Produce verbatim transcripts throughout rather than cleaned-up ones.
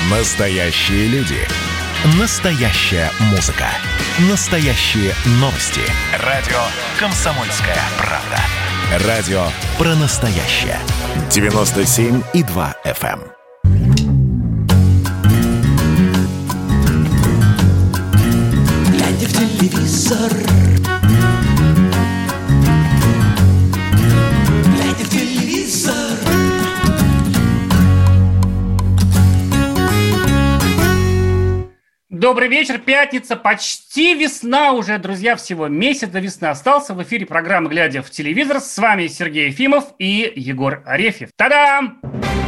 Настоящие люди. Настоящая музыка. Настоящие новости. Радио «Комсомольская правда». Радио про настоящее. девяносто семь и два эф эм. Глядя в телевизор, глядя в телевизор. Добрый вечер, пятница, почти весна уже, друзья, всего месяц до весны остался. В эфире программа «Глядя в телевизор». С вами Сергей Ефимов и Егор Арефьев. Та-дам!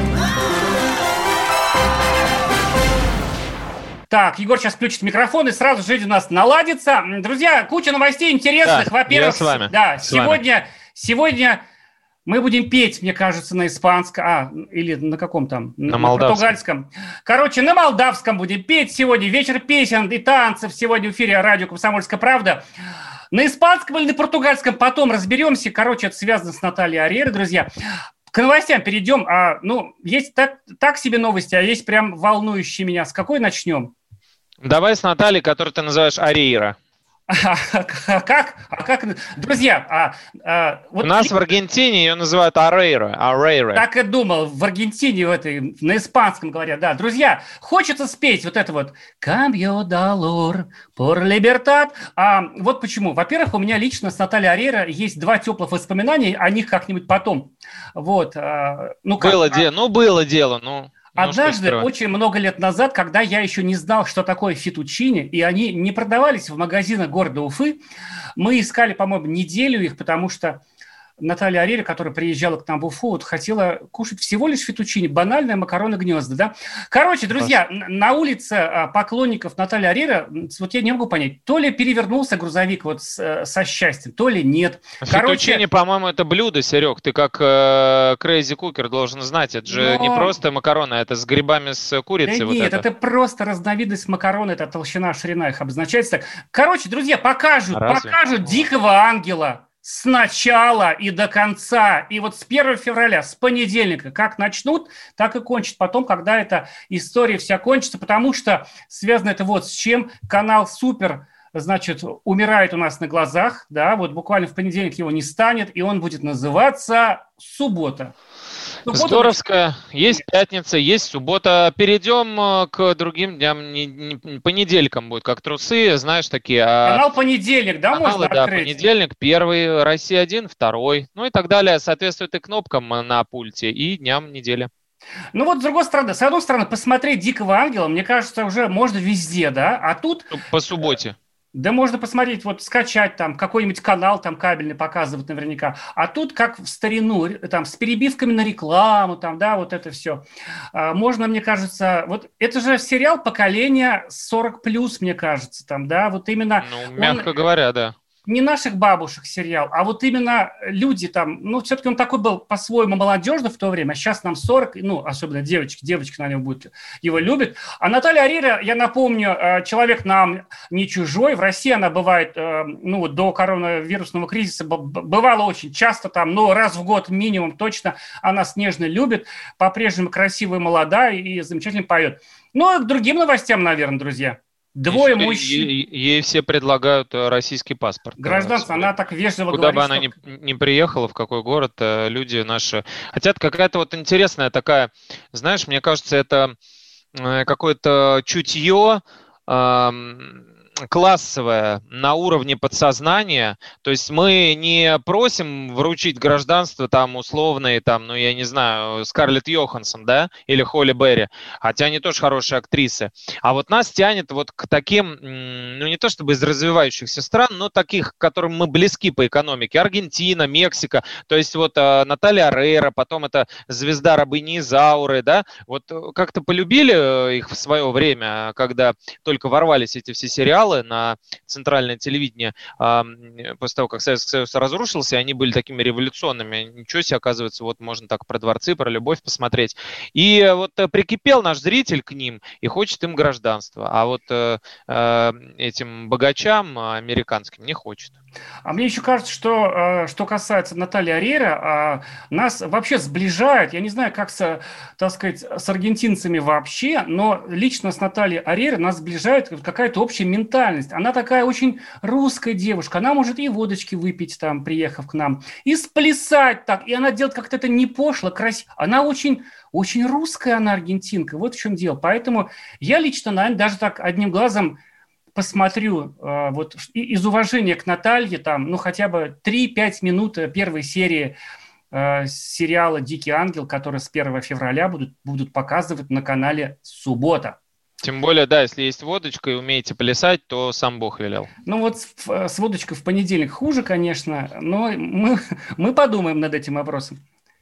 Так, Егор сейчас включит микрофон, и сразу жизнь у нас наладится. Друзья, куча новостей интересных. Да, Во-первых, я с вами. Да, С сегодня, вами. сегодня мы будем петь, мне кажется, на испанском, а, или на каком там? На, на молдавском. португальском. Короче, на молдавском будем петь сегодня. Вечер песен и танцев сегодня в эфире радио «Комсомольская правда». На испанском или на португальском потом разберемся. Короче, это связано с Натальей Орейро, друзья. К новостям перейдем. А, ну, есть так, так себе новости, а есть прям волнующие меня. С какой начнем? Давай с Натальей, которую ты называешь Орейро. А, а как? А как? Друзья, а, а, вот у нас в Аргентине ее называют Орейро. Орейро. Так и думал, в Аргентине в этой, на испанском говорят, да. Друзья, хочется спеть вот это вот «Cambio dolor por libertad». А вот почему. Во-первых, у меня лично с Натальей Орейро есть два теплых воспоминания, о них как-нибудь потом. Вот. А, ну, как, было, а... де... ну, было дело, ну... Однажды, очень много лет назад, когда я еще не знал, что такое фетучини, и они не продавались в магазинах города Уфы, мы искали, по-моему, неделю их, потому что Наталья Орейро, которая приезжала к нам в Уфу, вот хотела кушать всего лишь фетучини, банальное макароны гнезда, да. Короче, друзья, Паш. на улице поклонников Натальи Орейро, вот я не могу понять, то ли перевернулся грузовик вот с, со счастьем, то ли нет. Фетучини, Короче... по-моему, это блюдо, Серег, ты как э, Crazy Cooker должен знать, это же Но... не просто макароны, это с грибами, с курицей. Да вот нет, это. это просто разновидность макарон, это толщина, ширина их обозначается так. Короче, друзья, покажут, Разве? покажут дикого ангела. С начала и до конца. И вот с первого февраля, с понедельника, как начнут, так и кончат потом, когда эта история вся кончится, потому что связано это вот с чем. Канал «Супер», значит, умирает у нас на глазах, да, вот буквально в понедельник его не станет, и он будет называться «Суббота». Суббота. Здоровская. Есть пятница, есть суббота. Перейдем к другим дням. Не, не, понедельникам будет как трусы, знаешь, такие. Канал «Понедельник», да, каналы, можно да, открыть? понедельник, первый, Россия один, второй, ну и так далее. Соответствует и кнопкам на пульте, и дням недели. Ну вот, с другой стороны, с одной стороны, посмотреть «Дикого ангела», мне кажется, уже можно везде, да, а тут... По субботе. Да можно посмотреть, вот скачать там какой-нибудь канал там кабельный показывают наверняка. А тут как в старину, там с перебивками на рекламу, там, да, вот это все. А, можно, мне кажется, вот это же сериал поколения сорок плюс, мне кажется, там, да, вот именно... Ну, мягко он... говоря, да. Не наших бабушек сериал, а вот именно люди там, ну, все-таки он такой был по-своему молодежный в то время, а сейчас нам сорок, ну, особенно девочки, девочки на него будут, его любят. А Наталья Орейро, я напомню, человек нам не чужой, в России она бывает, ну, до коронавирусного кризиса бывала очень часто там, ну, раз в год минимум точно, она снежно любит, по-прежнему красивая, молодая и замечательно поет. Ну, и к другим новостям, наверное, друзья. Двое Ей, мужчин. Ей, ей все предлагают российский паспорт. Гражданство, она так вежливо Куда говорит, бы она что... ни, ни приехала, в какой город, люди наши... Хотя какая-то вот интересная такая, знаешь, мне кажется, это какое-то чутье эм, классовое на уровне подсознания. То есть мы не просим вручить гражданство там условные, там, ну я не знаю, Скарлетт Йоханссон, да, или Холли Берри, хотя они тоже хорошие актрисы. А вот нас тянет вот к таким, ну не то чтобы из развивающихся стран, но таких, к которым мы близки по экономике. Аргентина, Мексика, то есть вот Наталья Орейро, потом это звезда рабыни Изауры, да, вот как-то полюбили их в свое время, когда только ворвались эти все сериалы на центральное телевидение, после того, как Советский Союз разрушился, они были такими революционными. Ничего себе, оказывается, вот можно так про дворцы, про любовь посмотреть. И вот прикипел наш зритель к ним и хочет им гражданство. А вот этим богачам американским не хочет. А мне еще кажется, что, что касается Натальи Орейро, нас вообще сближает, я не знаю, как с, так сказать, с аргентинцами вообще, но лично с Натальей Орейро нас сближает какая-то общая ментальность. Она такая очень русская девушка, она может и водочки выпить там, приехав к нам, и сплясать так, и она делает как-то это не пошло, красиво. Она очень, очень русская, она аргентинка, вот в чем дело. Поэтому я лично, наверное, даже так одним глазом посмотрю э, вот из уважения к Наталье, там, ну, хотя бы три-пять минут первой серии э, сериала «Дикий ангел», который с первого февраля будут, будут показывать на канале «Суббота». Тем более, да, если есть водочка и умеете плясать, то сам Бог велел. Ну вот с, с водочкой в понедельник хуже, конечно, но мы, мы подумаем над этим вопросом.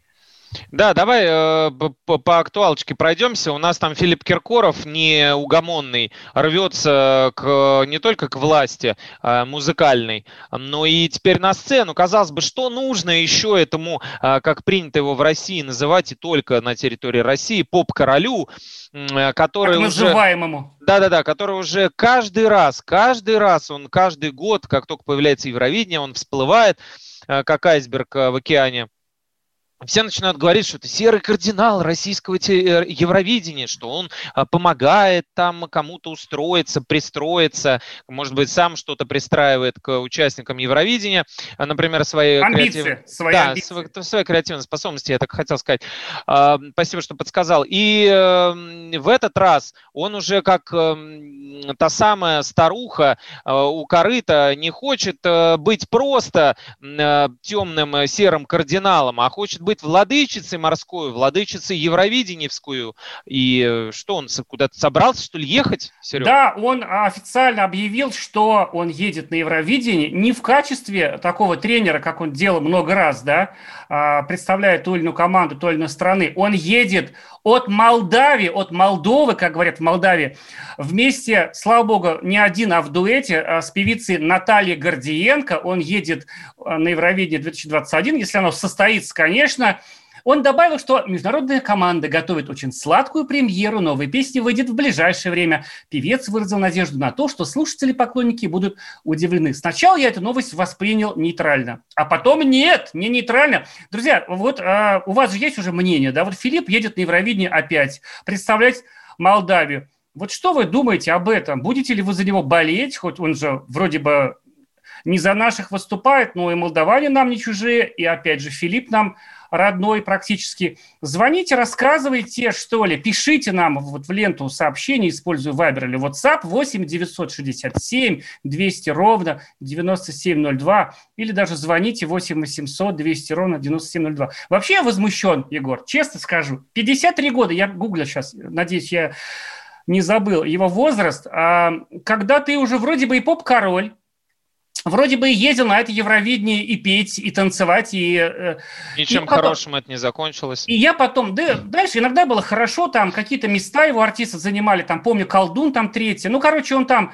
Да, давай э, по, по актуалочке пройдемся. У нас там Филипп Киркоров, неугомонный, рвется к, не только к власти э, музыкальной, но и теперь на сцену. Казалось бы, что нужно еще этому, э, как принято его в России называть, и только на территории России, поп-королю, э, который так уже... называемому. Да-да-да, который уже каждый раз, каждый раз, он каждый год, как только появляется Евровидение, он всплывает, э, как айсберг э, в океане. Все начинают говорить, что это серый кардинал российского Евровидения, что он помогает там кому-то устроиться, пристроиться, может быть, сам что-то пристраивает к участникам Евровидения, например, свои амбиции, креатив... свои да, амбиции. Свои, свои креативные способности, я так хотел сказать. Спасибо, что подсказал. И в этот раз он уже как та самая старуха у корыта не хочет быть просто темным серым кардиналом, а хочет быть владычицей морской, владычицей Евровиденевскую. И что, он куда-то собрался, что ли, ехать, Серега? Да, он официально объявил, что он едет на Евровидение не в качестве такого тренера, как он делал много раз, да, представляя ту или иную команду, ту или иную страны. Он едет от Молдавии, от Молдовы, как говорят в Молдавии, вместе, слава богу, не один, а в дуэте с певицей Натальей Гордиенко. Он едет на Евровидение две тысячи двадцать один, если оно состоится, конечно. Он добавил, что международная команда готовит очень сладкую премьеру, новой песни выйдет в ближайшее время. Певец выразил надежду на то, что слушатели-поклонники будут удивлены. Сначала я эту новость воспринял нейтрально, а потом нет, не нейтрально. Друзья, вот а, у вас же есть уже мнение, да? Вот Филипп едет на Евровидение опять представлять Молдавию. Вот что вы думаете об этом? Будете ли вы за него болеть? Хоть он же вроде бы не за наших выступает, но и молдаване нам не чужие, и опять же Филипп нам родной практически. Звоните, рассказывайте, что ли, пишите нам вот в ленту сообщений, используя Viber или WhatsApp восемь девятьсот шестьдесят семь двести ровно девяносто семь ноль два или даже звоните восемь восемьсот двести ровно девяносто семь ноль два. Вообще я возмущен, Егор, честно скажу. пятьдесят три года, я гуглю сейчас, надеюсь, я не забыл его возраст, а когда ты уже вроде бы и поп-король, вроде бы ездил на это Евровидение и петь, и танцевать, и... Ничем и потом, хорошим это не закончилось. И я потом... Да, дальше иногда было хорошо, там какие-то места его артисты занимали, там, помню, «Колдун», там, третий. Ну, короче, он там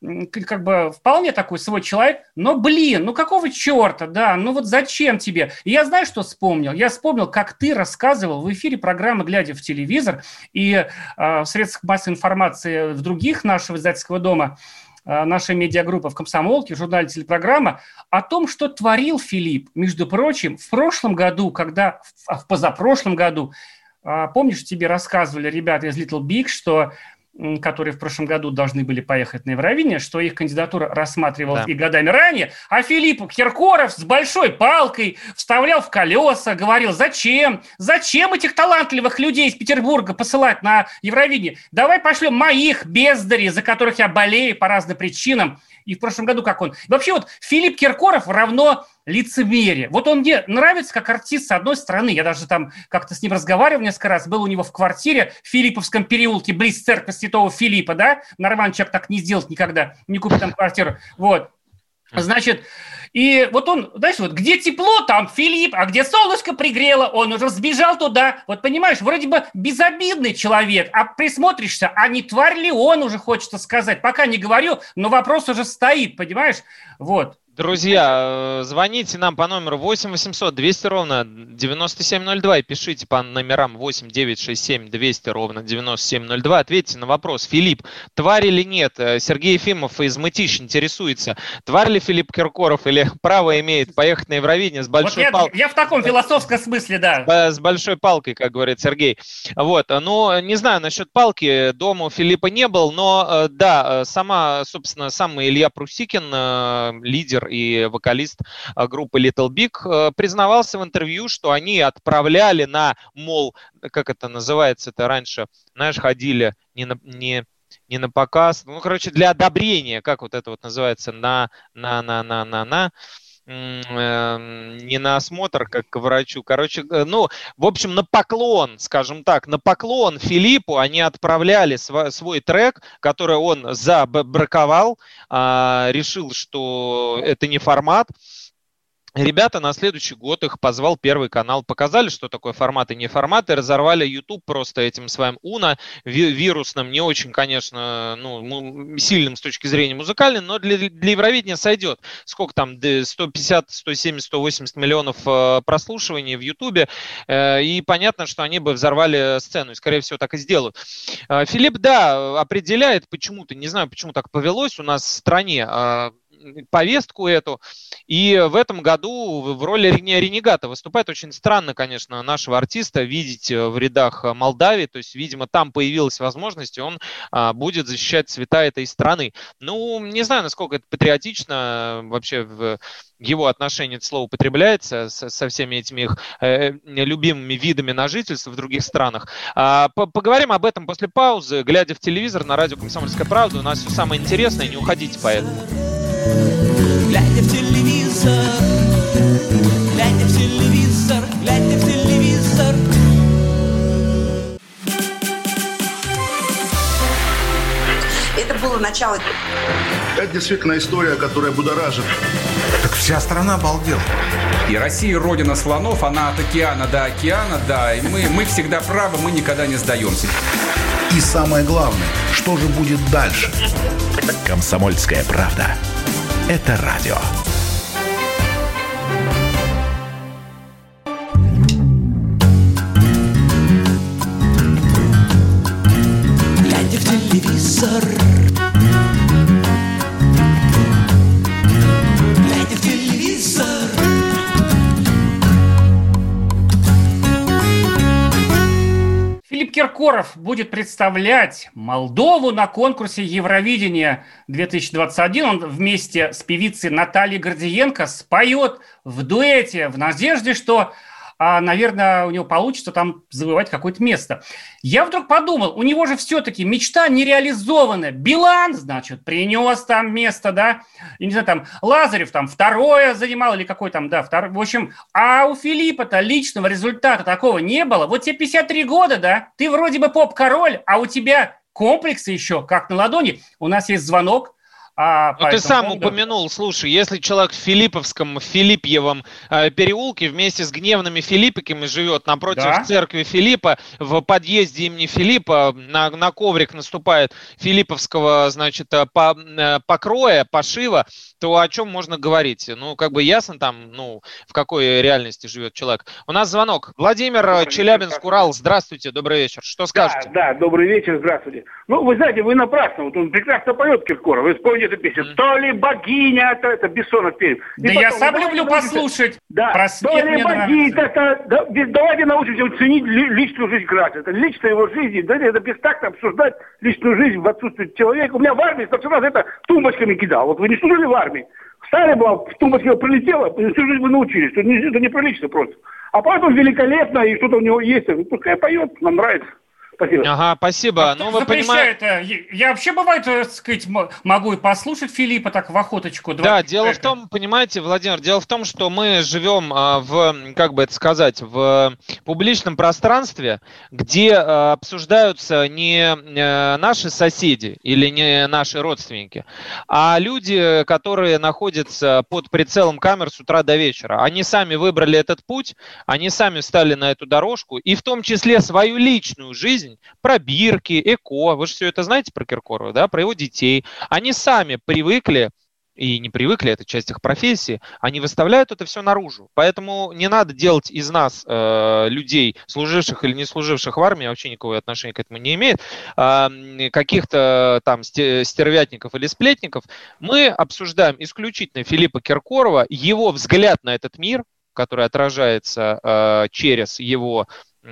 как бы вполне такой свой человек, но, блин, ну какого черта, да, ну вот зачем тебе? И я знаю, что вспомнил? Я вспомнил, как ты рассказывал в эфире программы «Глядя в телевизор» и э, в средствах массовой информации в других нашего издательского дома, наша медиагруппа в «Комсомолке», в журнале «Телепрограмма», о том, что творил Филипп. Между прочим, в прошлом году, когда, в позапрошлом году, помнишь, тебе рассказывали ребята из Little Big, что которые в прошлом году должны были поехать на Евровидение, что их кандидатура рассматривалась да. и годами ранее, а Филипп Киркоров с большой палкой вставлял в колеса, говорил, зачем, зачем этих талантливых людей из Петербурга посылать на Евровидение? Давай пошлем моих бездарей, за которых я болею по разным причинам. И в прошлом году как он... Вообще вот Филипп Киркоров равно лицемерие. Вот он мне нравится как артист с одной стороны. Я даже там как-то с ним разговаривал несколько раз. Был у него в квартире в Филипповском переулке, близ церкви Святого Филиппа, да? Нормальный человек так не сделает никогда, не купит там квартиру. Вот. Значит, и вот он, знаешь, вот где тепло, там Филипп, а где солнышко пригрело, он уже сбежал туда. Вот понимаешь, вроде бы безобидный человек, а присмотришься, а не тварь ли он уже, хочется сказать. Пока не говорю, но вопрос уже стоит, понимаешь? Вот. Друзья, звоните нам по номеру восемь восемьсот двести ровно девяносто семь ноль два и пишите по номерам восемь девятьсот шестьдесят семь двести ровно девяносто семь ноль два. Ответьте на вопрос. Филипп, тварь или нет? Сергей Ефимов из Мытищ интересуется. Тварь ли Филипп Киркоров или право имеет поехать на Евровидение с большой вот палкой? Я, я в таком философском смысле, да. С большой палкой, как говорит Сергей. Вот. Ну, не знаю насчет палки. Дома у Филиппа не был, но да, сама, собственно, сам Илья Прусикин, лидер и вокалист группы Little Big, признавался в интервью, что они отправляли на, мол, как это называется, это раньше, знаешь, ходили не на, не, не на показ, ну, короче, для одобрения, как вот это вот называется, на, на, на, на, на, на, не на осмотр, как к врачу, короче, ну, в общем, на поклон, скажем так, на поклон Филиппу они отправляли свой, свой трек, который он забраковал, решил, что это не формат. Ребята на следующий год их позвал Первый канал, показали, что такое формат и не формат, и разорвали YouTube просто этим своим уно, вирусным, не очень, конечно, ну, сильным с точки зрения музыкальной, но для, для Евровидения сойдет. Сколько там, сто пятьдесят, сто семьдесят, сто восемьдесят миллионов прослушиваний в YouTube, и понятно, что они бы взорвали сцену, и, скорее всего, так и сделают. Филипп, да, определяет почему-то, не знаю, почему так повелось у нас в стране, повестку эту, и в этом году в роли ренегата выступает. Очень странно, конечно, нашего артиста видеть в рядах Молдавии, то есть, видимо, там появилась возможность, и он а, будет защищать цвета этой страны. Ну, не знаю, насколько это патриотично вообще в его отношении это слово употребляется со, со всеми этими их э, любимыми видами на жительство в других странах. А, по поговорим об этом после паузы, глядя в телевизор на радио «Комсомольская правда». У нас все самое интересное, не уходите поэтому. Глядя в телевизор, глядя в телевизор, глядя в телевизор. Это было начало. Это действительно история, которая будоражит. Так вся страна обалдела. И Россия родина слонов, она от океана до океана, да, и мы, мы всегда правы, мы никогда не сдаемся. И самое главное, что же будет дальше? «Комсомольская правда». Это радио. Глядя в телевизор, глядя в телевизор. Филипп Киркоров будет представлять Молдову на конкурсе Евровидения две тысячи двадцать один. Он вместе с певицей Натальей Гордиенко споет в дуэте в надежде, что, наверное, у него получится там завоевать какое-то место. Я вдруг подумал, у него же все-таки мечта нереализованная. Билан, значит, принес там место, да, и, не знаю, там Лазарев там второе занимал или какой там, да, второй, в общем, а у Филиппа-то личного результата такого не было. Вот тебе пятьдесят три года, да, ты вроде бы поп-король, а у тебя комплексы еще как на ладони. У нас есть звонок. А, ну, ты сам поводу... упомянул, слушай, если человек в Филипповском, в Филиппьевом э, переулке вместе с гневными филиппиками живет напротив да? церкви Филиппа, в подъезде имени Филиппа на, на коврик наступает филипповского, значит, по, э, покроя, пошива, то о чем можно говорить? Ну, как бы ясно там, ну, в какой реальности живет человек. У нас звонок. Владимир, добрый Челябинск, вечер, Урал. Здравствуйте, добрый вечер. Что скажете? Да, да, добрый вечер, здравствуйте. Ну, вы знаете, вы напрасно, вот он прекрасно поет Киркоров, вы вспомните эту песню. Mm. То ли богиня, это, это Бессонов песню. Да потом, я сам люблю послушать. Да, то ли богиня, это, да, давайте научимся ценить личную жизнь граждан. Это личная его жизнь, да, это бестактно обсуждать личную жизнь в отсутствии человека. У меня в армии старший это тумбочками кидал. Вот вы не служили в армии. Стали бы, в тумбочке прилетело, всю жизнь вы научились. Это, не, это неприлично просто. А потом великолепно, и что-то у него есть. Пускай поет, нам нравится. Спасибо. Ага, спасибо. А ну, вы понимаете, я вообще, бывает, так сказать, могу и послушать Филиппа так в охоточку. Да, дело в том, понимаете, Владимир, дело в том, что мы живем а, в, как бы это сказать, в публичном пространстве, где а, обсуждаются не а, наши соседи или не наши родственники, а люди, которые находятся под прицелом камер с утра до вечера. Они сами выбрали этот путь, они сами встали на эту дорожку, и в том числе свою личную жизнь, про бирки, эко, вы же все это знаете про Киркорова, да, про его детей. Они сами привыкли и не привыкли, это часть их профессии, они выставляют это все наружу. Поэтому не надо делать из нас, э, людей, служивших или не служивших в армии, вообще никакого отношения к этому не имеет, э, каких-то там стервятников или сплетников. Мы обсуждаем исключительно Филиппа Киркорова, его взгляд на этот мир, который отражается э, через его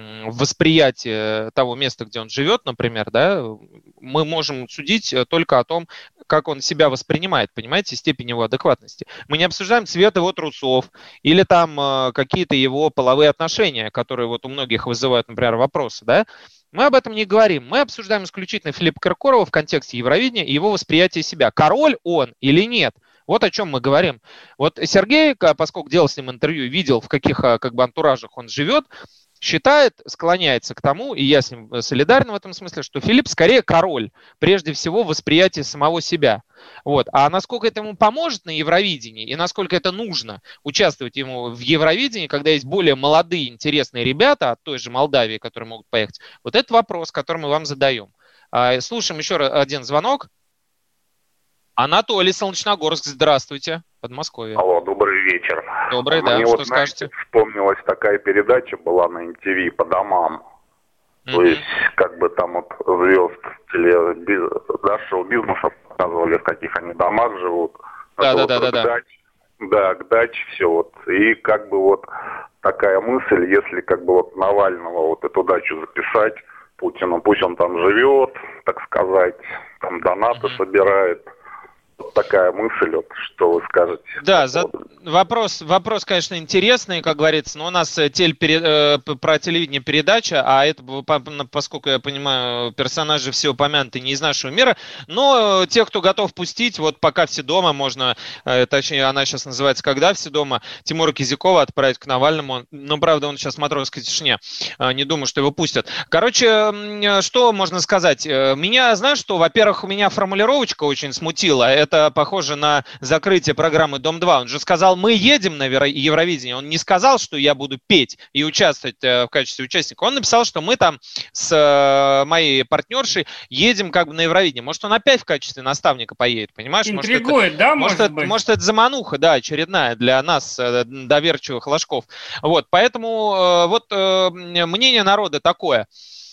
восприятие того места, где он живет, например, да, мы можем судить только о том, как он себя воспринимает, понимаете, степень его адекватности. Мы не обсуждаем цвет его трусов или там э, какие-то его половые отношения, которые вот у многих вызывают, например, вопросы, да. Мы об этом не говорим. Мы обсуждаем исключительно Филиппа Киркорова в контексте Евровидения и его восприятия себя. Король он или нет? Вот о чем мы говорим. Вот Сергей, поскольку делал с ним интервью и видел, в каких как бы антуражах он живет, считает, склоняется к тому, и я с ним солидарен в этом смысле, что Филипп скорее король, прежде всего в восприятии самого себя. Вот. А насколько это ему поможет на Евровидении, и насколько это нужно участвовать ему в Евровидении, когда есть более молодые, интересные ребята от той же Молдавии, которые могут поехать, вот это вопрос, который мы вам задаем. Слушаем еще один звонок. Анатолий, Солнечногорск, здравствуйте. Подмосковье. Алло, добрый вечер. Добрый, да, Мне что вот, скажете? Знаете, вспомнилась такая передача, была на эм ти ви «По домам». Mm-hmm. То есть, как бы там вот звезд теле, биз, да, шоу-бизнеса показывали, в каких они домах живут. Да, да, вот да, да, да. дач, да, к даче все вот. И как бы вот такая мысль, если как бы вот Навального вот эту дачу записать Путину, пусть он там живет, так сказать, там донаты mm-hmm. собирает. Вот такая мысль, вот, что вы скажете. Да, за... вопрос, вопрос, конечно, интересный, как говорится, но у нас телеперед... э, про телевидение передача, а это, поскольку я понимаю, персонажи все упомянуты не из нашего мира, но те, кто готов пустить, вот пока все дома, можно, э, точнее, она сейчас называется «Когда все дома», Тимура Кизякова отправить к Навальному, но, правда, он сейчас в матросской тишине, э, не думаю, что его пустят. Короче, э, что можно сказать? Меня, знаешь что, во-первых, у меня формулировочка очень смутила. Это похоже на закрытие программы «Дом-два». Он же сказал, мы едем на Евровидение. Он не сказал, что я буду петь и участвовать в качестве участника. Он написал, что мы там с моей партнершей едем как бы на Евровидение. Может, он опять в качестве наставника поедет, понимаешь? Интригует, может, это, да, может, может это, быть? может, это замануха, да, очередная для нас, доверчивых ложков. Вот, поэтому вот мнение народа такое.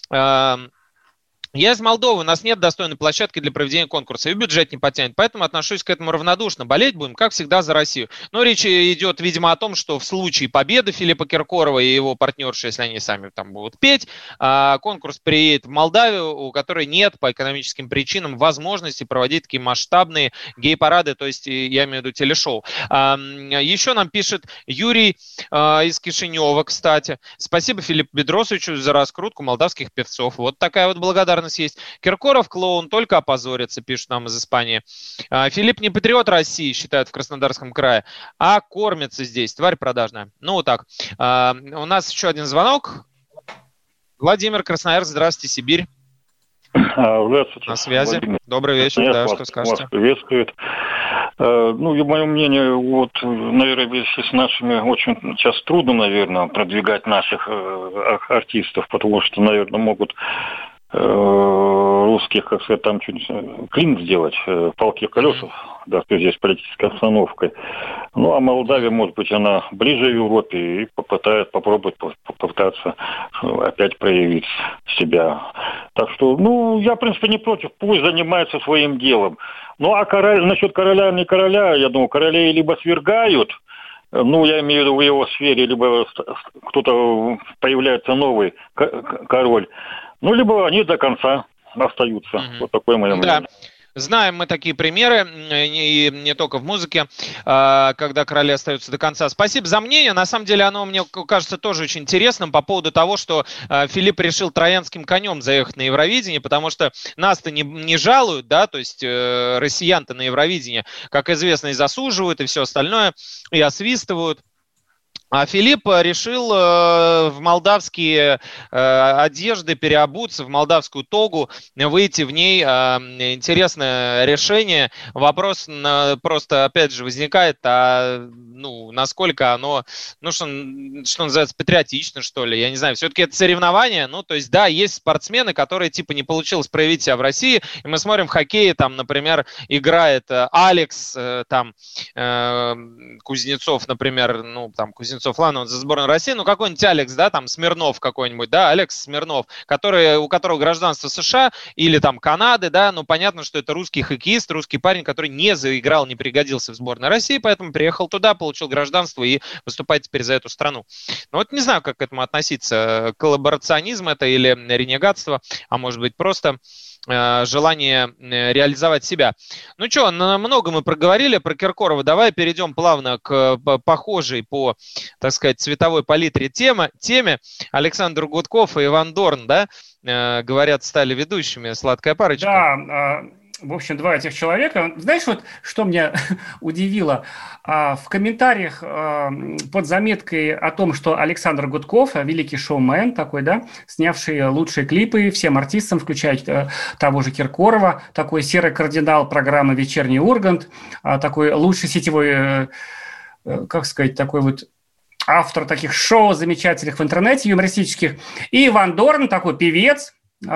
Я из Молдовы, у нас нет достойной площадки для проведения конкурса, и бюджет не потянет, поэтому отношусь к этому равнодушно. Болеть будем, как всегда, за Россию. Но речь идет, видимо, о том, что в случае победы Филиппа Киркорова и его партнерши, если они сами там будут петь, конкурс приедет в Молдавию, у которой нет по экономическим причинам возможности проводить такие масштабные гей-парады, то есть я имею в виду телешоу. Еще нам пишет Юрий из Кишинева, кстати. Спасибо Филиппу Бедросовичу за раскрутку молдавских певцов. Вот такая вот благодарность есть. Киркоров клоун, только опозорится, пишут нам из Испании. Филипп не патриот России, считают в Краснодарском крае, а кормится здесь, тварь продажная. Ну вот так. У нас еще один звонок. Владимир, Красноярск, здравствуйте, Сибирь. Здравствуйте. На связи. Владимир. Добрый вечер, Нет, да, вас, что скажете? Вас приветствует. Ну, и мое мнение, вот, наверное, с нашими очень сейчас трудно, наверное, продвигать наших артистов, потому что, наверное, могут русских, как сказать, там чуть клин сделать, палки в колесах, да, в связи с политической обстановкой. Ну, а Молдавия, может быть, она ближе к Европе и попытает, попробует попытаться опять проявить себя. Так что, ну, я, в принципе, не против, пусть занимается своим делом. Ну, а король, насчет короля, не короля, я думаю, королей либо свергают, ну, я имею в виду в его сфере, либо кто-то появляется новый король, ну, либо они до конца остаются. Mm-hmm. Вот такое мое мнение. Да. Знаем мы такие примеры, и не только в музыке, когда короли остаются до конца. Спасибо за мнение. На самом деле оно мне кажется тоже очень интересным по поводу того, что Филипп решил троянским конем заехать на Евровидение, потому что нас-то не, не жалуют, да, то есть россиян-то на Евровидение, как известно, и засуживают, и все остальное, и освистывают. А Филипп решил э, в молдавские э, одежды переобуться, в молдавскую тогу, выйти в ней. Э, интересное решение. Вопрос на, просто, опять же, возникает, а ну, насколько оно, ну, что, что называется, патриотично, что ли, я не знаю. Все-таки это соревнование, ну, то есть, да, есть спортсмены, которые, типа, не получилось проявить себя в России, и мы смотрим в хоккее, там, например, играет э, Алекс, э, там, э, Кузнецов, например, ну, там, Кузнецов, ладно, он за сборную России, ну какой-нибудь Алекс, да, там Смирнов какой-нибудь, да, Алекс Смирнов, который, у которого гражданство США или там Канады, да, ну понятно, что это русский хоккеист, русский парень, который не заиграл, не пригодился в сборной России, поэтому приехал туда, получил гражданство и выступает теперь за эту страну. Ну вот не знаю, как к этому относиться, коллаборационизм это или ренегатство, а может быть просто желание реализовать себя. Ну что, много мы проговорили про Киркорова. Давай перейдем плавно к похожей по, так сказать, цветовой палитре теме. теме. Александр Гудков и Иван Дорн, да, говорят, стали ведущими. Сладкая парочка. Да, в общем, два этих человека. Знаешь, вот что меня удивило? В комментариях под заметкой о том, что Александр Гудков, великий шоумен такой, да, снявший лучшие клипы всем артистам, включая того же Киркорова, такой серый кардинал программы «Вечерний Ургант», такой лучший сетевой, как сказать, такой вот автор таких шоу замечательных в интернете, юмористических. И Иван Дорн, такой певец,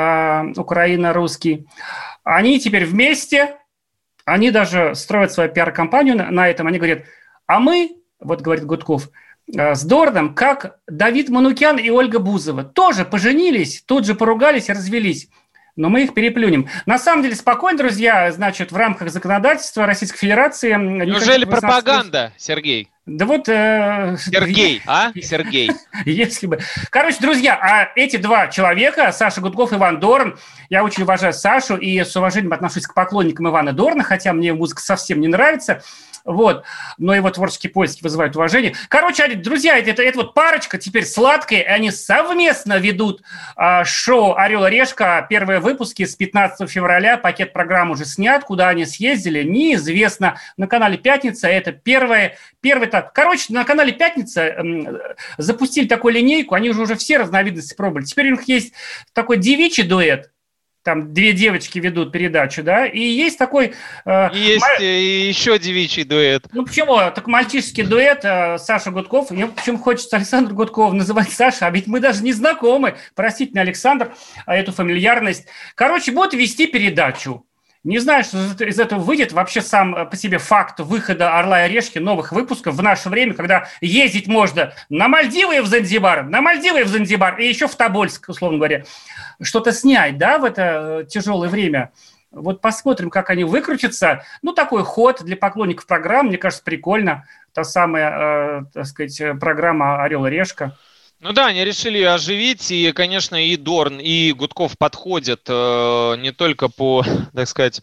украино-русский. Они теперь вместе, они даже строят свою пиар-компанию на, на этом. Они говорят, а мы, вот говорит Гудков, с Дорном, как Давид Манукян и Ольга Бузова, тоже поженились, тут же поругались и развелись. Но мы их переплюнем. На самом деле, спокойно, друзья, значит, в рамках законодательства Российской Федерации... Неужели пропаганда, Сергей? Да вот... Э, Сергей, а? Сергей. Если бы... Короче, друзья, а эти два человека, Саша Гудков и Иван Дорн, я очень уважаю Сашу и с уважением отношусь к поклонникам Ивана Дорна, хотя мне музыка совсем не нравится, вот, но его творческие поиски вызывают уважение. Короче, друзья, это, это, это вот парочка теперь сладкая, и они совместно ведут а, шоу «Орел и Решка». Первые выпуски с пятнадцатого февраля, пакет программ уже снят, куда они съездили, неизвестно. На канале «Пятница» это первое, первый этап. Короче, на канале «Пятница» м, запустили такую линейку, они уже, уже все разновидности пробовали. Теперь у них есть такой девичий дуэт, там две девочки ведут передачу, да, и есть такой... Э, есть ма... еще девичий дуэт. Ну, почему? Такой мальчишеский дуэт э, Саша Гудков. Мне почему хочется Александра Гудкова называть Саша, а ведь мы даже не знакомы. Простите меня, Александр, а эту фамильярность. Короче, будут вести передачу. Не знаю, что из этого выйдет. Вообще сам по себе факт выхода «Орла и Решки» новых выпусков в наше время, когда ездить можно на Мальдивы и в Занзибар, на Мальдивы и в Занзибар, и еще в Тобольск, условно говоря, что-то снять, да, в это тяжелое время. Вот посмотрим, как они выкрутятся. Ну, такой ход для поклонников программ, мне кажется, прикольно. Та самая, э, так сказать, программа «Орел и Решка». Ну да, они решили ее оживить, и, конечно, и Дорн, и Гудков подходят э, не только по, так сказать,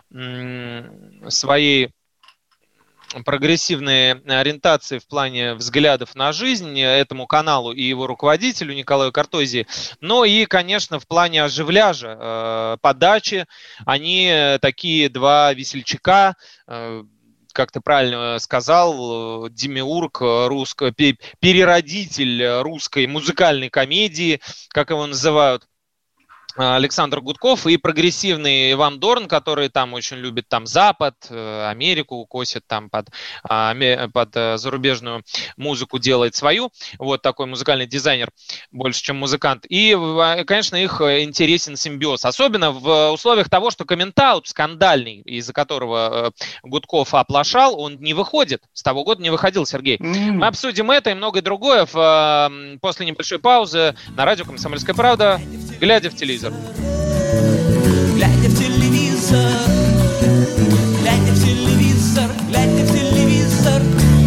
своей прогрессивной ориентации в плане взглядов на жизнь этому каналу и его руководителю Николаю Картозии, но и, конечно, в плане оживляжа, э, подачи. Они такие два весельчака, э, как ты правильно сказал, демиург, русско, переродитель русской музыкальной комедии, как его называют, Александр Гудков, и прогрессивный Иван Дорн, который там очень любит там Запад, Америку, косит там под, под зарубежную музыку, делает свою. Вот такой музыкальный дизайнер, больше, чем музыкант. И, конечно, их интересен симбиоз. Особенно в условиях того, что коммент-аут скандальный, из-за которого Гудков оплошал, он не выходит. С того года не выходил, Сергей. Mm. Мы обсудим это и многое другое в, после небольшой паузы на радио «Комсомольская правда», глядя в телевизор. Глядя в телевизор, глядя в телевизор, глядя в телевизор.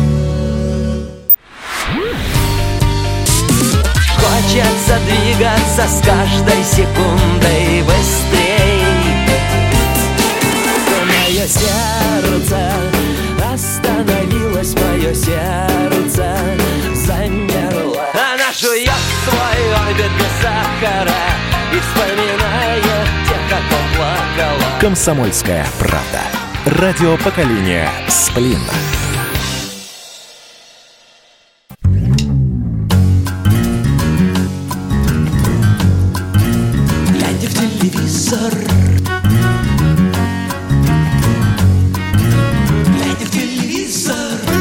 Хочется двигаться с каждой секундой быстрей. Мое сердце остановилось, мое сердце замерло. Она жует свой орбит без сахара и вспоминает тех, как поплакала. «Комсомольская правда». Радио поколения «Сплин». телевизор. Глядя в телевизор.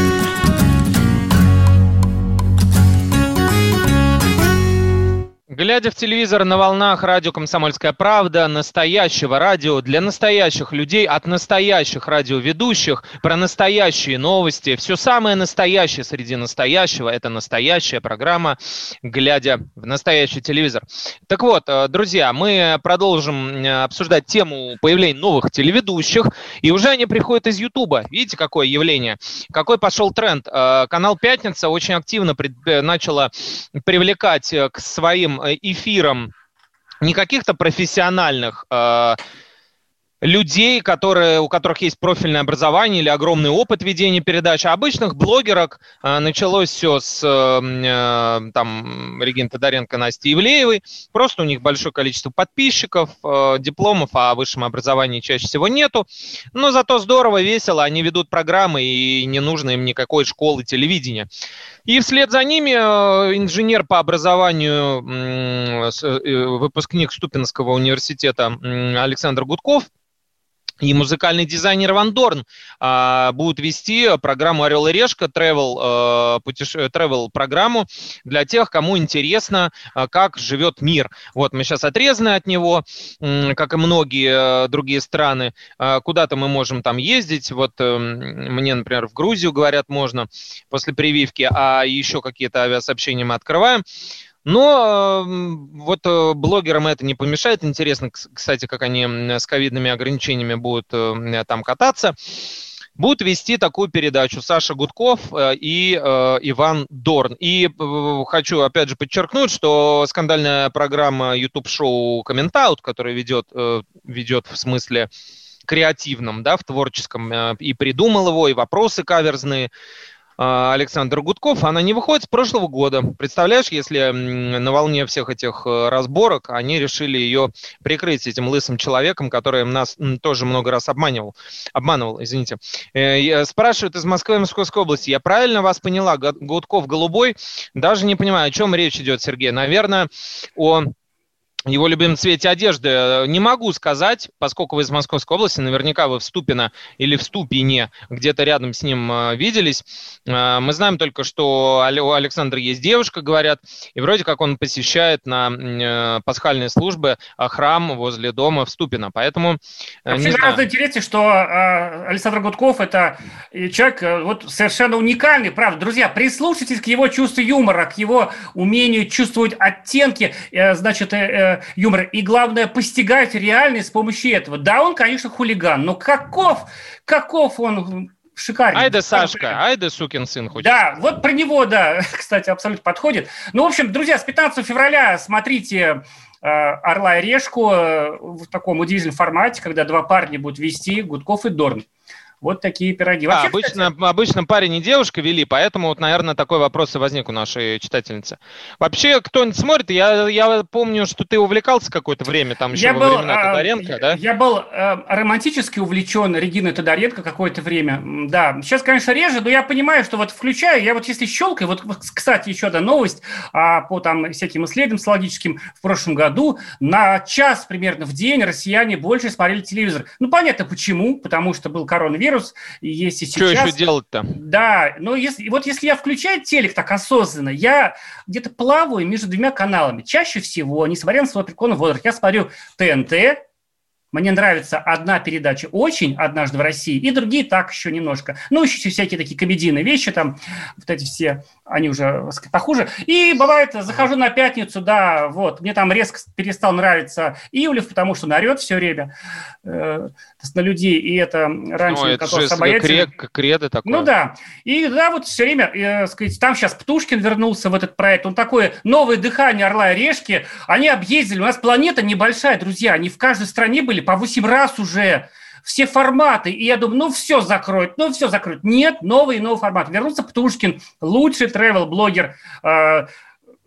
Глядя в телевизор на волнах радио «Комсомольская правда», настоящего радио для настоящих людей, от настоящих радиоведущих, про настоящие новости. Все самое настоящее среди настоящего – это настоящая программа «Глядя в настоящий телевизор». Так вот, друзья, мы продолжим обсуждать тему появления новых телеведущих, и уже они приходят из Ютуба. Видите, какое явление? Какой пошел тренд? Канал «Пятница» очень активно начала привлекать к своим эфирам не каких-то профессиональных э, людей, которые, у которых есть профильное образование или огромный опыт ведения передач, а обычных блогерок. Э, началось все с э, там, Регины Тодоренко, Насти Ивлеевой. Просто у них большое количество подписчиков, э, дипломов о высшем образовании чаще всего нету. Но зато здорово, весело, они ведут программы, и не нужно им никакой школы телевидения. И вслед за ними инженер по образованию, выпускник Ступинского университета Александр Гудков и музыкальный дизайнер Иван Дорн а, будут вести программу «Орел и решка», travel, а, путеше... travel программу для тех, кому интересно, а, как живет мир. Вот мы сейчас отрезаны от него, м, как и многие а, другие страны. А, куда-то мы можем там ездить. Вот а, мне, например, в Грузию, говорят, можно после прививки, а еще какие-то авиасообщения мы открываем. Но вот блогерам это не помешает. Интересно, кстати, как они с ковидными ограничениями будут там кататься. Будут вести такую передачу Саша Гудков и э, Иван Дорн. И э, хочу опять же подчеркнуть, что скандальная программа YouTube-шоу «Коммент-аут», которая ведет, э, ведет в смысле креативном, да, в творческом, э, и придумал его, и вопросы каверзные, Александр Гудков, она не выходит с прошлого года. Представляешь, если на волне всех этих разборок они решили ее прикрыть этим лысым человеком, который нас тоже много раз обманывал. Обманывал, извините. Спрашивают из Москвы и Московской области. Я правильно вас поняла? Гудков голубой? Даже не понимаю, о чем речь идет, Сергей. Наверное, о его любимом цвете одежды не могу сказать, поскольку вы из Московской области, наверняка вы в Ступино или в Ступине где-то рядом с ним виделись. Мы знаем только, что у Александра есть девушка, говорят, и вроде как он посещает на пасхальные службы храм возле дома в Ступино, поэтому... Вообще гораздо интереснее, что Александр Гудков – это человек вот совершенно уникальный, правда. Друзья, прислушайтесь к его чувству юмора, к его умению чувствовать оттенки, значит, юмора. И главное, постигать реальность с помощью этого. Да, он, конечно, хулиган, но каков, каков он шикарный. Ай да Сашка, ай да сукин сын. Хочется. Да, вот про него, да, кстати, абсолютно подходит. Ну, в общем, друзья, с пятнадцатого февраля смотрите «Орла и решку» в таком удивительном формате, когда два парня будут вести, Гудков и Дорн. Вот такие пироги. Вообще, а, обычно, кстати... обычно парень и девушка вели, поэтому, вот, наверное, такой вопрос и возник у нашей читательницы. Вообще, кто-нибудь смотрит? Я, я помню, что ты увлекался какое-то время, там еще я во был, времена а, Тодоренко, да? Я был а, романтически увлечен Региной Тодоренко какое-то время, да. Сейчас, конечно, реже, но я понимаю, что вот включаю, я вот если щелкаю, вот, кстати, еще одна новость а, по там всяким исследованиям социологическим в прошлом году, на час примерно в день россияне больше смотрели телевизор. Ну, понятно, почему, потому что был коронавирус, и есть и сейчас. Что еще делать-то? Да, но если, вот если я включаю телек так осознанно, я где-то плаваю между двумя каналами. Чаще всего, несмотря на свой преклонный возраст, я смотрю ТНТ, мне нравится одна передача очень, «Однажды в России», и другие так еще немножко. Ну, еще всякие такие комедийные вещи, там, вот эти все, они уже похуже. И бывает, захожу на «Пятницу», да, вот, мне там резко перестал нравиться Ивлев, потому что он орет все время э, на людей, и это раньше... Ну, это же обаятельно. Кредо такое. Ну, да. И, да, вот все время, э, сказать, там сейчас Птушкин вернулся в этот проект, он такое новое дыхание «Орла и решки», они объездили, у нас планета небольшая, друзья, они в каждой стране были по восемь раз уже, все форматы, и я думаю, ну все закроют, ну все закроют. Нет, новый и новый формат. Вернулся Птушкин, лучший тревел-блогер э,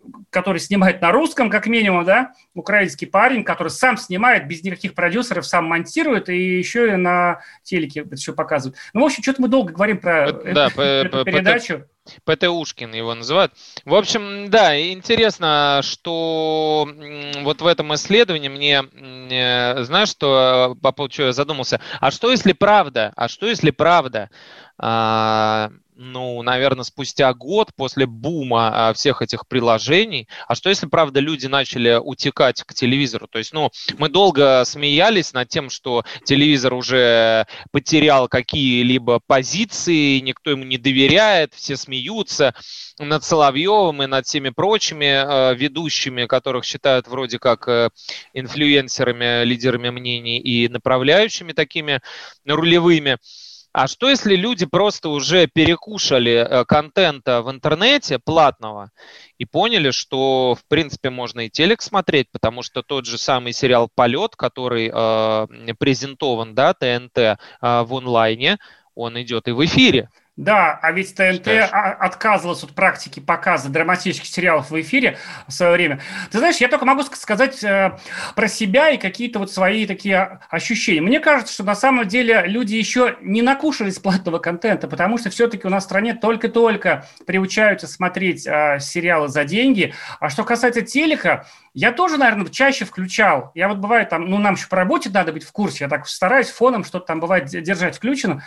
который снимает на русском, как минимум, да, украинский парень, который сам снимает, без никаких продюсеров, сам монтирует, и еще и на телеке это все показывает. Ну, в общем, что-то мы долго говорим про да, эту, эту передачу. ПТУшкин его называют. В общем, да, интересно, что вот в этом исследовании мне, знаешь, что по поводу чего я задумался, а что если правда, а что если правда, а, ну, наверное, спустя год после бума всех этих приложений, а что если, правда, люди начали утекать к телевизору? То есть, ну, мы долго смеялись над тем, что телевизор уже потерял какие-либо позиции, никто ему не доверяет, все смеются над Соловьевым и над всеми прочими э, ведущими, которых считают вроде как э, инфлюенсерами, лидерами мнений и направляющими такими рулевыми. А что если люди просто уже перекушали контента в интернете платного и поняли, что в принципе можно и телек смотреть, потому что тот же самый сериал «Полет», который э, презентован, да, ТНТ э, в онлайне, он идет и в эфире. Да, а ведь ТНТ отказывалась от практики показа драматических сериалов в эфире в свое время. Ты знаешь, я только могу сказать э, про себя и какие-то вот свои такие ощущения. Мне кажется, что на самом деле люди еще не накушались платного контента, потому что все-таки у нас в стране только-только приучаются смотреть э, сериалы за деньги. А что касается телека, я тоже, наверное, чаще включал. Я вот бывает там, ну нам еще по работе надо быть в курсе, я так стараюсь фоном что-то там бывает держать включено.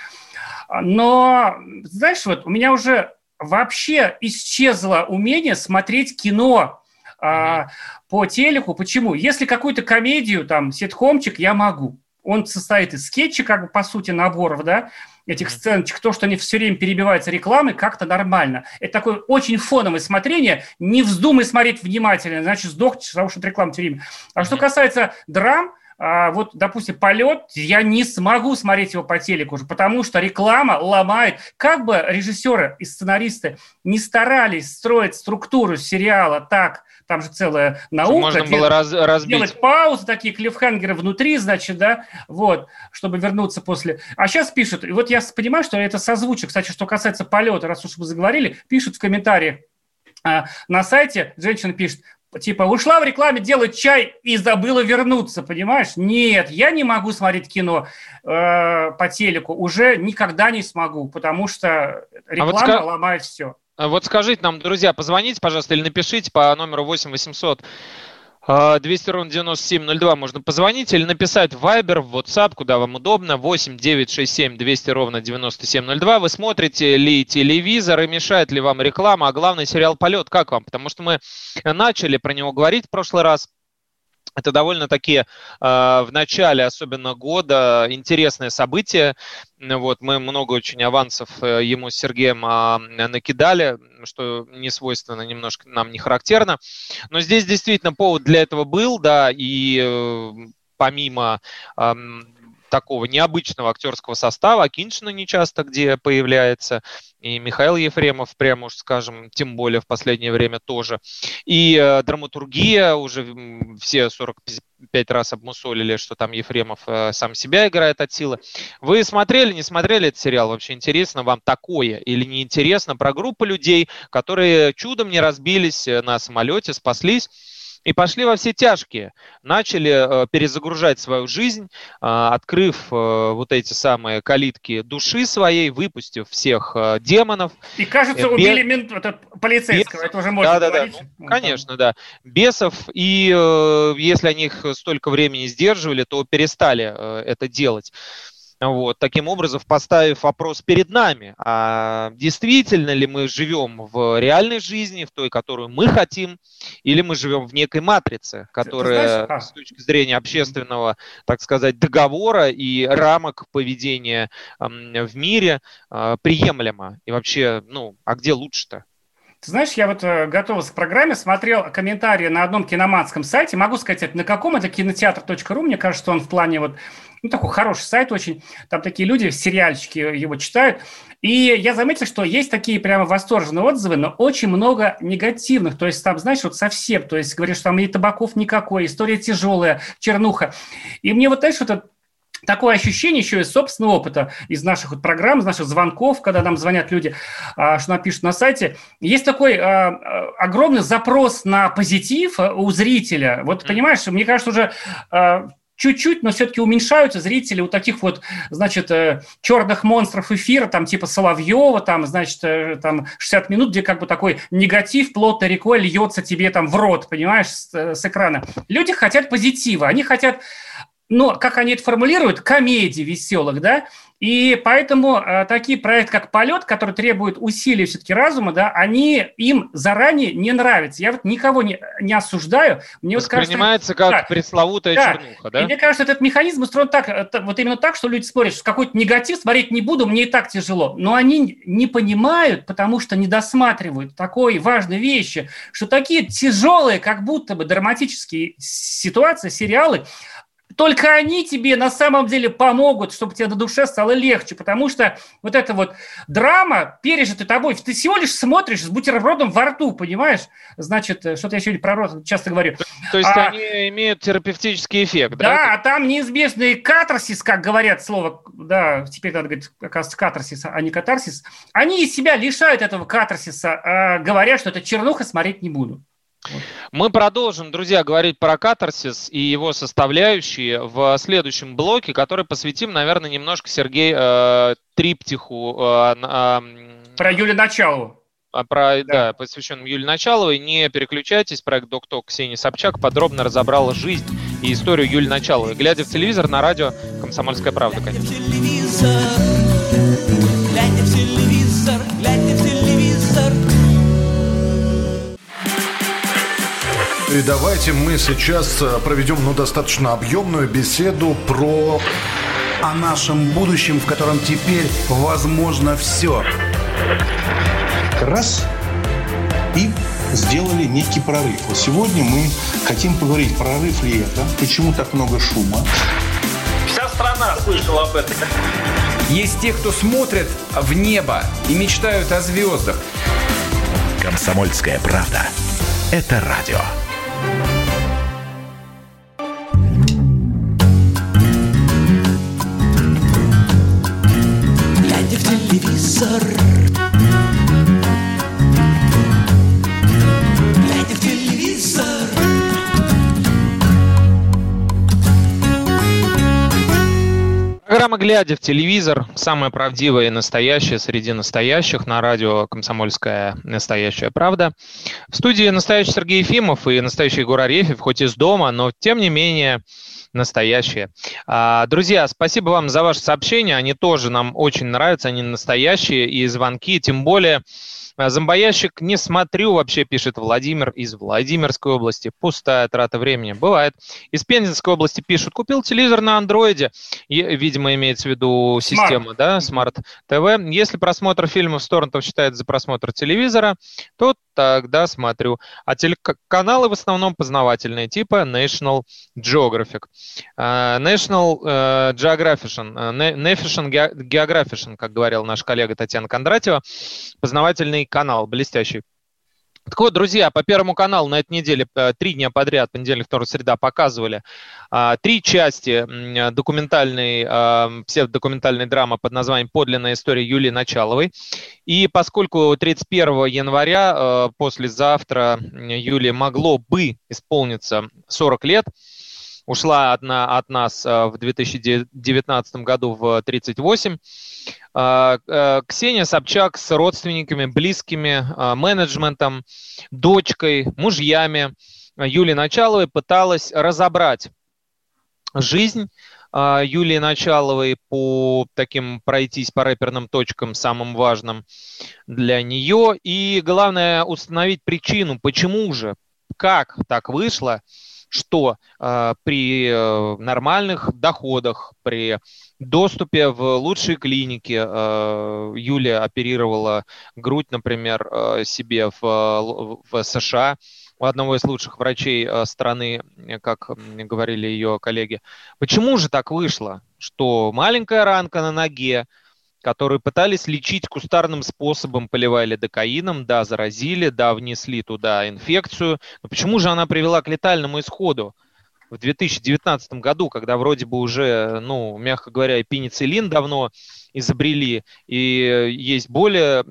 Но, знаешь, вот у меня уже вообще исчезло умение смотреть кино а, по телеку. Почему? Если какую-то комедию, там, ситкомчик, я могу. Он состоит из скетчей, как бы, по сути, наборов, да, этих сценочек. То, что они все время перебиваются рекламой, как-то нормально. Это такое очень фоновое смотрение. Не вздумай смотреть внимательно, значит, сдохнешь, потому что реклама все время. А что касается драм, А, вот, допустим, «Полет», я не смогу смотреть его по телеку уже, потому что реклама ломает. Как бы режиссеры и сценаристы не старались строить структуру сериала так, там же целая наука. Можно делать, было раз, разбить. Делать паузы, такие клиффхангеры внутри, значит, да, вот, чтобы вернуться после. А сейчас пишут, и вот я понимаю, что это созвучие. Кстати, что касается «Полета», раз уж мы заговорили, пишут в комментариях а, на сайте, женщина пишет, типа, ушла в рекламе делать чай и забыла вернуться, понимаешь? Нет, я не могу смотреть кино э, по телеку, уже никогда не смогу, потому что реклама а вот ска... ломает все. Вот скажите нам, друзья, позвоните, пожалуйста, или напишите по номеру восемь восемьсот двести ровно девяносто семь ноль два можно позвонить или написать в Viber, в WhatsApp, куда вам удобно, восемь девятьсот шестьдесят семь двести ровно девяносто семь ноль два. Вы смотрите ли телевизор и мешает ли вам реклама, а главный сериал «Полет» как вам? Потому что мы начали про него говорить в прошлый раз. Это довольно-таки э, в начале, особенно года, интересное событие. Вот, мы много очень авансов э, ему с Сергеем э, накидали, что не свойственно, немножко нам не характерно. Но здесь действительно повод для этого был, да, и э, помимо... Э, такого необычного актерского состава, Акиньшина нечасто где появляется, и Михаил Ефремов, прямо уж скажем, тем более в последнее время тоже. И э, драматургия, уже все сорок пять раз обмусолили, что там Ефремов э, сам себя играет от силы. Вы смотрели, не смотрели этот сериал? Вообще интересно вам такое или не интересно? Про группу людей, которые чудом не разбились на самолете, спаслись и пошли во все тяжкие, начали э, перезагружать свою жизнь, э, открыв э, вот эти самые калитки души своей, выпустив всех э, демонов. И, кажется, э, убили бес... мент... это, полицейского, бесов. Это уже можно да, говорить. Да, да. Ну, конечно, да. Бесов, и э, если они их столько времени сдерживали, то перестали э, это делать. Вот, таким образом, поставив вопрос перед нами, а действительно ли мы живем в реальной жизни, в той, которую мы хотим, или мы живем в некой матрице, которая знаешь, а. с точки зрения общественного, так сказать, договора и рамок поведения э, в мире э, приемлема. И вообще, ну, а где лучше-то? Ты знаешь, я вот э, готовился к программе, смотрел комментарии на одном киноманском сайте, могу сказать, это на каком, это кинотеатр точка ру, мне кажется, что он в плане вот, ну, такой хороший сайт очень, там такие люди, сериальчики его читают, и я заметил, что есть такие прямо восторженные отзывы, но очень много негативных, то есть там, знаешь, вот совсем, то есть говоришь, что там и Табаков никакой, история тяжелая, чернуха, и мне вот, знаешь, вот это такое ощущение еще из собственного опыта, из наших вот программ, из наших звонков, когда нам звонят люди, что напишут на сайте. Есть такой огромный запрос на позитив у зрителя. Вот, понимаешь, мне кажется, уже чуть-чуть, но все-таки уменьшаются зрители у таких вот, значит, черных монстров эфира, там типа Соловьева, там, значит, там шестьдесят минут, где как бы такой негатив плотной рекой льется тебе там в рот, понимаешь, с, с экрана. Люди хотят позитива, они хотят, ну, как они это формулируют, комедий веселых, да, и поэтому э, такие проекты, как «Полет», которые требуют усилий все-таки разума, да, они им заранее не нравятся. Я вот никого не, не осуждаю. Мне воспринимается вот кажется, как да, пресловутая да. чернуха, да? И мне кажется, этот механизм устроен так, вот именно так, что люди спорят, что какой-то негатив смотреть не буду, мне и так тяжело. Но они не понимают, потому что не досматривают такой важной вещи, что такие тяжелые, как будто бы драматические ситуации, сериалы, только они тебе на самом деле помогут, чтобы тебе на душе стало легче, потому что вот эта вот драма, пережитая тобой, ты всего лишь смотришь с бутербродом во рту, понимаешь? Значит, что-то я сегодня про рот часто говорю. То, то есть а, они имеют терапевтический эффект, да? Да, а там неизбежный катарсис, как говорят слово, да, теперь надо говорить, оказывается, катарсис, а не катарсис. Они из себя лишают этого катарсиса, а говорят, что это чернуха, смотреть не буду. Мы продолжим, друзья, говорить про катарсис и его составляющие в следующем блоке, который посвятим, наверное, немножко, Сергей, э, триптиху. Э, э, про Юлию Началову. Про, да. да, посвященным Юлии Началовой. Не переключайтесь. Проект «Док-Ток» Ксении Собчак подробно разобрала жизнь и историю Юлии Началовой. Глядя в телевизор на радио «Комсомольская правда», конечно. Глядя в телевизор, глядя в телевизор. И давайте мы сейчас проведем, ну, достаточно объемную беседу про... о нашем будущем, в котором теперь возможно все. Раз, и сделали некий прорыв. Вот сегодня мы хотим поговорить, прорыв ли это, почему так много шума. Вся страна слышала об этом. Есть те, кто смотрит в небо и мечтают о звездах. «Комсомольская правда» — это радио. Глядя в телевизор, глядя в телевизор. Программа «Глядя в телевизор» самая правдивая и настоящая среди настоящих на радио «Комсомольская настоящая правда». В студии настоящий Сергей Ефимов и настоящий Егор Арефьев, хоть из дома, но тем не менее настоящие. Друзья, спасибо вам за ваши сообщения, они тоже нам очень нравятся, они настоящие, и звонки, тем более... Зомбоящик не смотрю вообще, пишет Владимир из Владимирской области. Пустая трата времени. Бывает. Из Пензенской области пишут, купил телевизор на андроиде. И, видимо, имеется в виду система, Smart. да, Smart ти ви. Если просмотр фильмов с торрентов считается за просмотр телевизора, то тогда смотрю. А телеканалы в основном познавательные, типа National Geographic. Uh, National uh, Geographic, uh, National Geographic, как говорил наш коллега Татьяна Кондратьева, познавательный канал, блестящий. Так вот, друзья, по Первому каналу на этой неделе три дня подряд, понедельник, вторник, среда, показывали а, три части документальной, а, псевдодокументальной драмы под названием «Подлинная история Юлии Началовой». И поскольку тридцать первого января, а, послезавтра, Юлии могло бы исполниться сорок лет, ушла одна от нас в две тысячи девятнадцатом году в тридцать восемь. Ксения Собчак с родственниками, близкими, менеджментом, дочкой, мужьями Юлии Началовой пыталась разобрать жизнь Юлии Началовой, по таким пройтись по рэперным точкам, самым важным для нее. И главное, установить причину, почему же, как так вышло, что э, при э, нормальных доходах, при доступе в лучшие клиники э, Юлия оперировала грудь, например, э, себе в, в США у одного из лучших врачей э, страны, как говорили ее коллеги. Почему же так вышло, что маленькая ранка на ноге, которые пытались лечить кустарным способом, поливая лидокаином, да, заразили, да, внесли туда инфекцию. Но почему же она привела к летальному исходу? в две тысячи девятнадцатом году, когда вроде бы уже, ну, мягко говоря, пенициллин давно изобрели, и есть более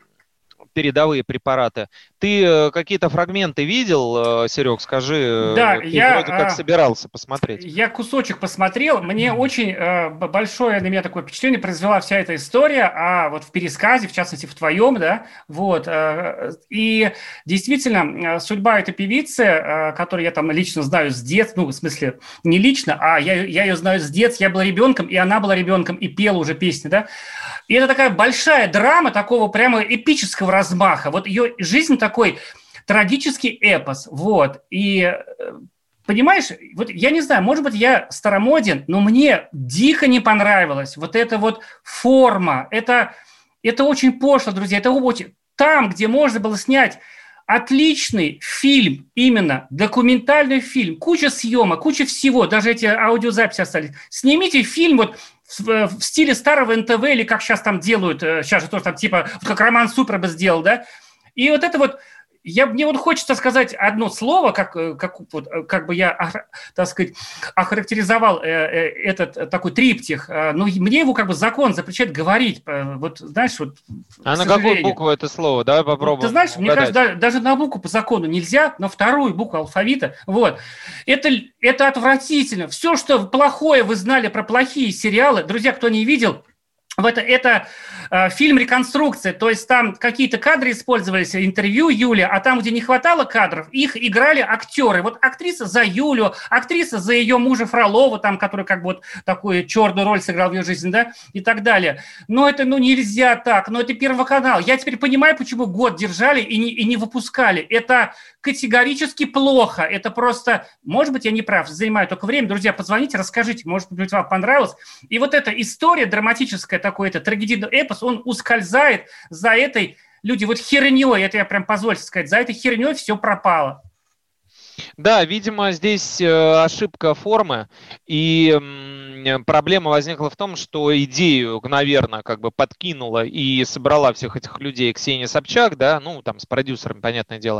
передовые препараты. Ты какие-то фрагменты видел, Серег, скажи? Да, ты я вроде как собирался посмотреть. Я кусочек посмотрел. Мне mm. очень э, большое на меня такое впечатление произвела вся эта история, а вот в пересказе, в частности, в твоем, да, вот. Э, и действительно, судьба этой певицы, э, которую я там лично знаю с детства, ну, в смысле, не лично, а я, я ее знаю с детства, я был ребенком, и она была ребенком, и пела уже песни, да. И это такая большая драма такого прямо эпического размаха. Вот ее жизнь такой трагический эпос. Вот. И, понимаешь, вот я не знаю, может быть, я старомоден, но мне дико не понравилась вот эта вот форма. Это, это очень пошло, друзья. Это очень... Там, где можно было снять отличный фильм, именно документальный фильм, куча съемок, куча всего, даже эти аудиозаписи остались. Снимите фильм вот в, в стиле старого эн тэ вэ, или как сейчас там делают, сейчас же тоже там типа, вот как Роман Супер бы сделал, да? И вот это вот, я, мне вот хочется сказать одно слово, как, как, вот, как бы я, так сказать, охарактеризовал э, э, этот такой триптих, э, но мне его как бы закон запрещает говорить, э, вот знаешь, вот. А на какую букву это слово? Давай попробуем. Ты знаешь, угадать. Мне кажется, даже, даже на букву по закону нельзя, но вторую букву алфавита, вот. Это, это отвратительно. Все, что плохое вы знали про плохие сериалы, друзья, кто не видел, это, это э, фильм «Реконструкция», то есть там какие-то кадры использовались, интервью Юли, а там, где не хватало кадров, их играли актеры. Вот актриса за Юлю, актриса за ее мужа Фролова, там, который как бы вот такую черную роль сыграл в ее жизни, да, и так далее. Но это, ну, нельзя так, но это Первый канал. Я теперь понимаю, почему год держали и не, и не выпускали. Это категорически плохо. Это просто, может быть, я не прав, занимаю только время. Друзья, позвоните, расскажите, может быть, вам понравилось. И вот эта история драматическая, такой это трагедийный эпос, он ускользает за этой, люди, вот херней, это я прям позвольте сказать, за этой херней все пропало. Да, видимо, здесь э, ошибка формы, и э, проблема возникла в том, что идею, наверное, как бы подкинула и собрала всех этих людей Ксения Собчак, да, ну, там, с продюсерами, понятное дело.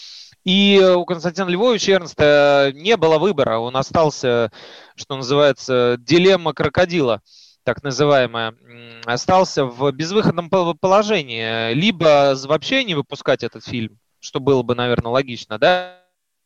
И у Константина Львовича Эрнста не было выбора, он остался, что называется, дилемма крокодила, так называемая, остался в безвыходном положении. Либо вообще не выпускать этот фильм, что было бы, наверное, логично, да?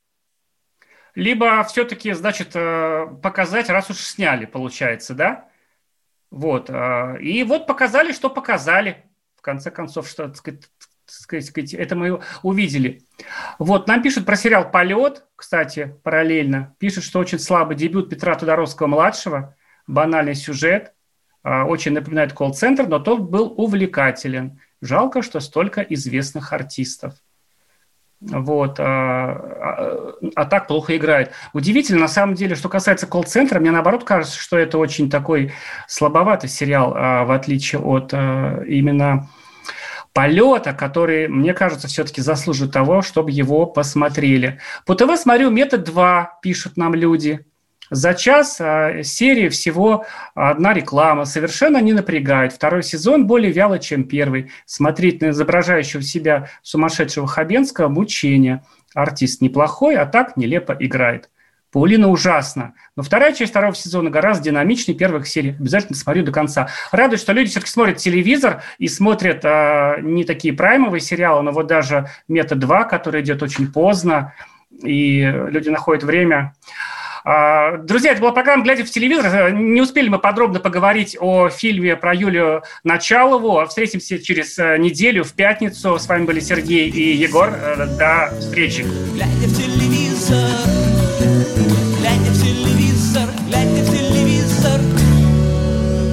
Либо все-таки, значит, показать, раз уж сняли, получается, да? Вот. И вот показали, что показали. В конце концов, что, так сказать, так сказать, это мы увидели. Вот, нам пишут про сериал «Полет», кстати, параллельно. Пишут, что очень слабый дебют Петра Тодоровского-младшего, банальный сюжет. Очень напоминает колл-центр, но тот был увлекателен. Жалко, что столько известных артистов. Вот. А, а, а так плохо играет. Удивительно, на самом деле, что касается колл-центра, мне наоборот кажется, что это очень такой слабоватый сериал, в отличие от именно «Полета», который, мне кажется, все-таки заслуживает того, чтобы его посмотрели. По ТВ смотрю «Метод два», пишут нам люди. За час а, серии всего одна реклама. Совершенно не напрягает. Второй сезон более вялый, чем первый. Смотреть на изображающего себя сумасшедшего Хабенского – мучение. Артист неплохой, а так нелепо играет. Паулина ужасно. Но вторая часть второго сезона гораздо динамичнее первых серий. Обязательно смотрю до конца. Радует, что люди все-таки смотрят телевизор и смотрят а, не такие праймовые сериалы, но вот даже «Метод два», который идет очень поздно, и люди находят время. Друзья, это была программа «Глядя в телевизор». Не успели мы подробно поговорить о фильме про Юлию Началову. Встретимся через неделю, в пятницу. С вами были Сергей и Егор. До встречи. Глядя в телевизор.